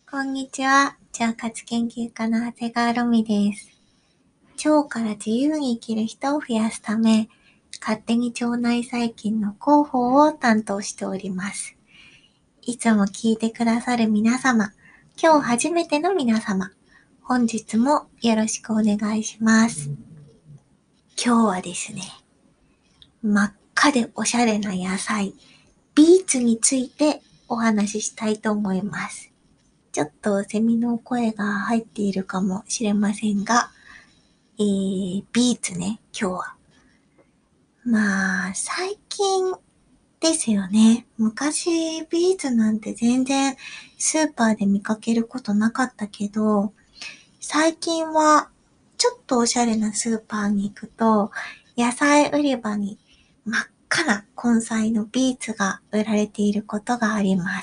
こんにちは。腸活研究家の長谷川ロミです。腸から自由に生きる人を増やすため、勝手に腸内細菌の広報を担当しております。いつも聞いてくださる皆様、今日初めての皆様、本日もよろしくお願いします。今日はですね、真っ赤でおしゃれな野菜、ビーツについてお話ししたいと思います。ちょっとセミの声が入っているかもしれませんが、ビーツね、今日は。最近ですよね。昔ビーツなんて全然スーパーで見かけることなかったけど、最近はちょっとおしゃれなスーパーに行くと、野菜売り場に真っ赤な根菜のビーツが売られていることがあります。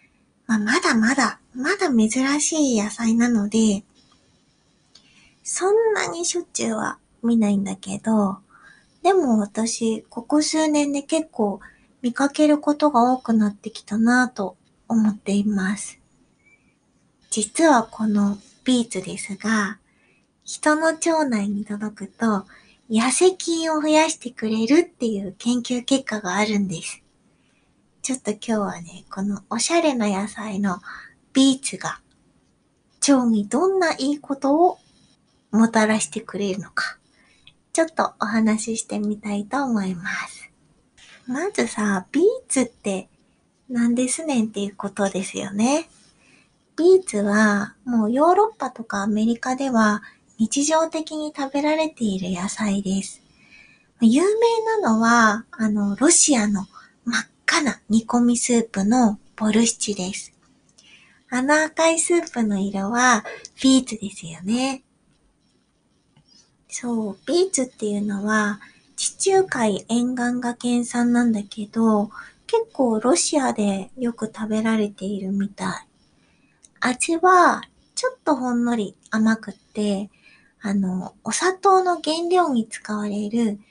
まだ珍しい野菜なので、そんなにしょっちゅうは見ないんだけど、でも私、ここ数年で結構見かけることが多くなってきたなぁと思っています。実はこのビーツですが、人の腸内に届くと痩せ菌を増やしてくれるっていう研究結果があるんです。ちょっと今日はね、このおしゃれな野菜のビーツが腸にどんないいことをもたらしてくれるのか、ちょっとお話ししてみたいと思います。まずさ、ビーツって何ですねんっていうことですよね。ビーツはもうヨーロッパとかアメリカでは日常的に食べられている野菜です。有名なのは、ロシアの真っ赤な煮込みスープのボルシチです。あの赤いスープの色はビーツですよね。そう、ビーツっていうのは地中海沿岸が原産なんだけど、結構ロシアでよく食べられているみたい。味はちょっとほんのり甘くって、お砂糖の原料に使われる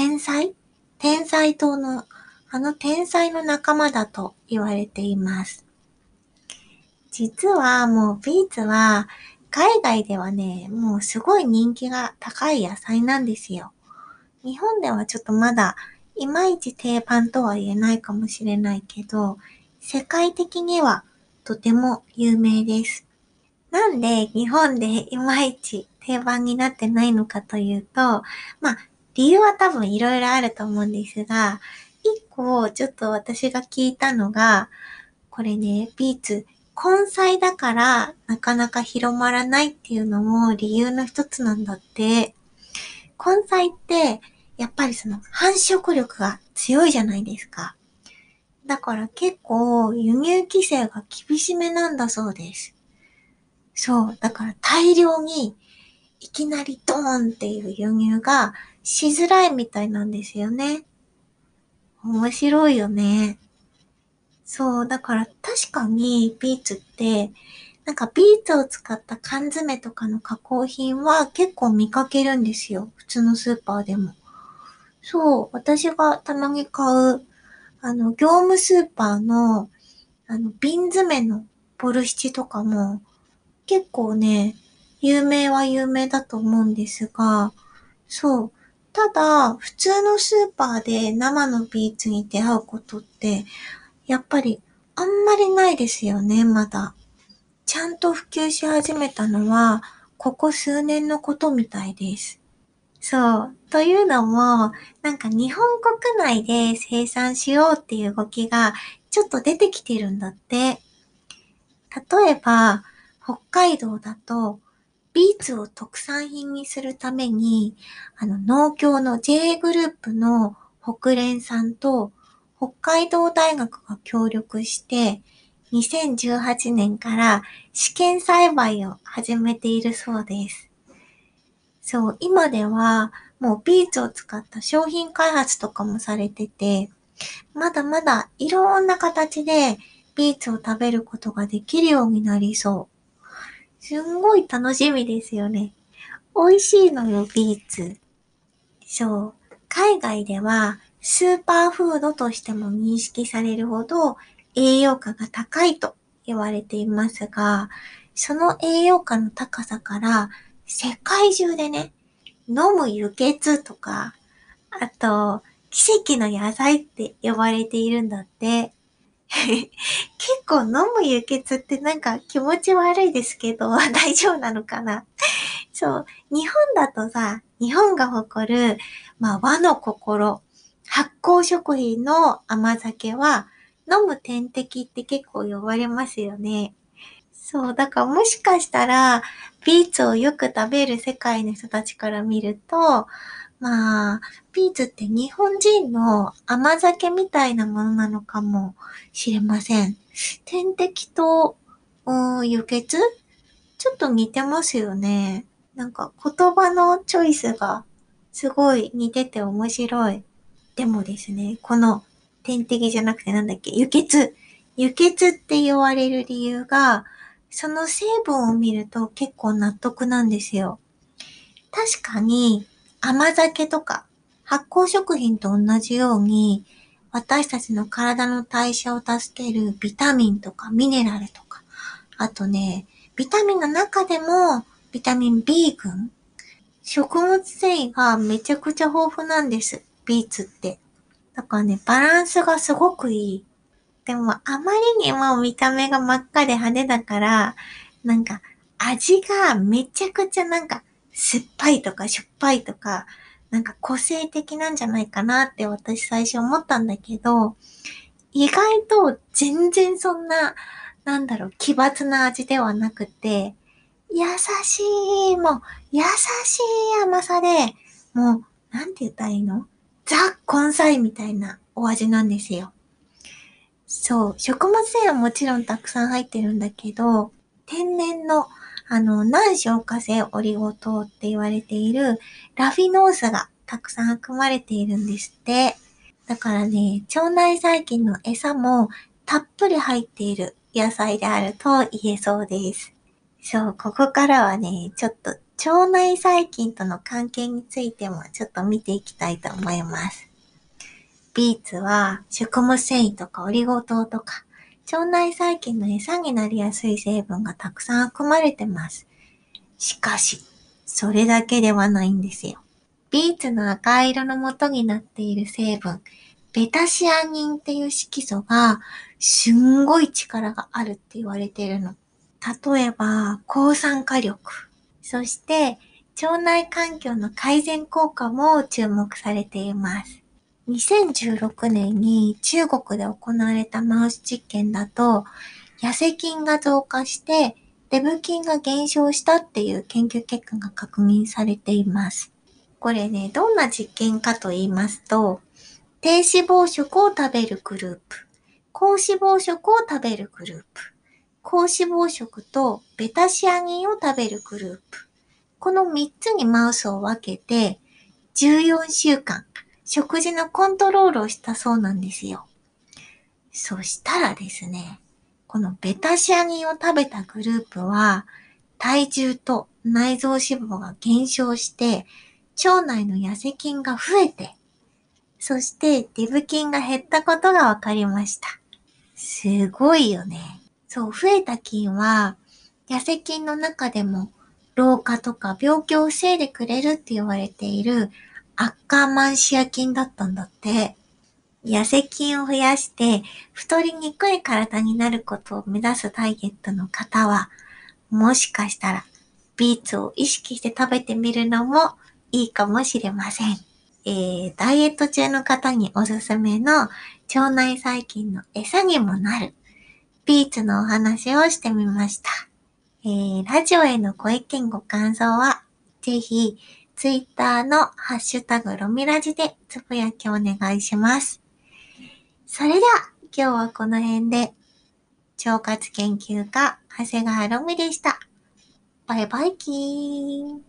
天才糖の、天才の仲間だと言われています。実はもうビーツは海外ではね、もうすごい人気が高い野菜なんですよ。日本ではちょっとまだいまいち定番とは言えないかもしれないけど、世界的にはとても有名です。なんで日本でいまいち定番になってないのかというと、理由は多分いろいろあると思うんですが、一個ちょっと私が聞いたのが、これね、ビーツ、根菜だからなかなか広まらないっていうのも理由の一つなんだって。根菜って、やっぱりその繁殖力が強いじゃないですか。だから結構輸入規制が厳しめなんだそうです。そう。だから大量にいきなりドーンっていう輸入がしづらいみたいなんですよね。面白いよね。そう。だから確かにビーツって、なんかビーツを使った缶詰とかの加工品は結構見かけるんですよ。普通のスーパーでも。そう。私がたまに買う、業務スーパーの、瓶詰めのボルシチとかも、結構ね、有名は有名だと思うんですが、そう。ただ、普通のスーパーで生のビーツに出会うことって、やっぱりあんまりないですよね、まだ。ちゃんと普及し始めたのは、ここ数年のことみたいです。そう。というのも、なんか日本国内で生産しようっていう動きがちょっと出てきてるんだって。例えば、北海道だと、ビーツを特産品にするために、農協の JA グループの北連さんと北海道大学が協力して、2018年から試験栽培を始めているそうです。そう、今ではもうビーツを使った商品開発とかもされてて、まだまだいろんな形でビーツを食べることができるようになりそう。すんごい楽しみですよね。美味しいのよ、ビーツ。そう。海外ではスーパーフードとしても認識されるほど栄養価が高いと言われていますが、その栄養価の高さから世界中でね、飲む輸血とか、あと、奇跡の野菜って呼ばれているんだって。結構飲む輸血ってなんか気持ち悪いですけど、大丈夫なのかな。そう。日本だとさ、日本が誇る、和の心、発酵食品の甘酒は、飲む点滴って結構呼ばれますよね。そう。だからもしかしたら、ビーツをよく食べる世界の人たちから見ると、ビーツって日本人の甘酒みたいなものなのかもしれません。点滴と、輸血ちょっと似てますよね。なんか言葉のチョイスがすごい似てて面白い。でもですね、この点滴じゃなくてなんだっけ、輸血。輸血って言われる理由が、その成分を見ると結構納得なんですよ。確かに甘酒とか発酵食品と同じように、私たちの体の代謝を助けるビタミンとかミネラルとか、あとね、ビタミンの中でもビタミン B 群、食物繊維がめちゃくちゃ豊富なんです。ビーツって。だからね、バランスがすごくいい。でも、あまりにも見た目が真っ赤で派手だから、なんか、味がめちゃくちゃなんか、酸っぱいとかしょっぱいとか、なんか個性的なんじゃないかなって私最初思ったんだけど、意外と全然そんな、奇抜な味ではなくて、優しい、もう、優しい甘さで、もう、なんて言ったらいいの？ザ・根菜みたいなお味なんですよ。そう、食物繊維はもちろんたくさん入ってるんだけど、天然の、難消化性オリゴ糖って言われているラフィノースがたくさん含まれているんですって。だからね、腸内細菌の餌もたっぷり入っている野菜であると言えそうです。そう、ここからはね、ちょっと腸内細菌との関係についてもちょっと見ていきたいと思います。ビーツは食物繊維とかオリゴ糖とか腸内細菌の餌になりやすい成分がたくさん含まれてます。しかし、それだけではないんですよ。ビーツの赤色の元になっている成分、ベタシアニンっていう色素がすんごい力があるって言われているの。例えば、抗酸化力。そして、腸内環境の改善効果も注目されています。2016年に中国で行われたマウス実験だと、痩せ菌が増加して、デブ菌が減少したっていう研究結果が確認されています。これね、どんな実験かと言いますと、低脂肪食を食べるグループ、高脂肪食を食べるグループ、高脂肪食とベタシアニンを食べるグループ。この3つにマウスを分けて、14週間、食事のコントロールをしたそうなんですよ。そしたらですね、このベタシアニンを食べたグループは、体重と内臓脂肪が減少して、腸内の痩せ菌が増えて、そしてデブ菌が減ったことが分かりました。すごいよね。そう、増えた菌は、痩せ菌の中でも、老化とか病気を防いでくれるって言われているアッカーマンシア菌だったんだって。痩せ菌を増やして太りにくい体になることを目指すダイエットの方は、もしかしたらビーツを意識して食べてみるのもいいかもしれません。ダイエット中の方におすすめの腸内細菌の餌にもなるビーツのお話をしてみました。ラジオへのご意見ご感想は、ぜひ、ツイッターのハッシュタグロミラジでつぶやきお願いします。それでは、今日はこの辺で、腸活研究家、長谷川ロミでした。バイバイキーン。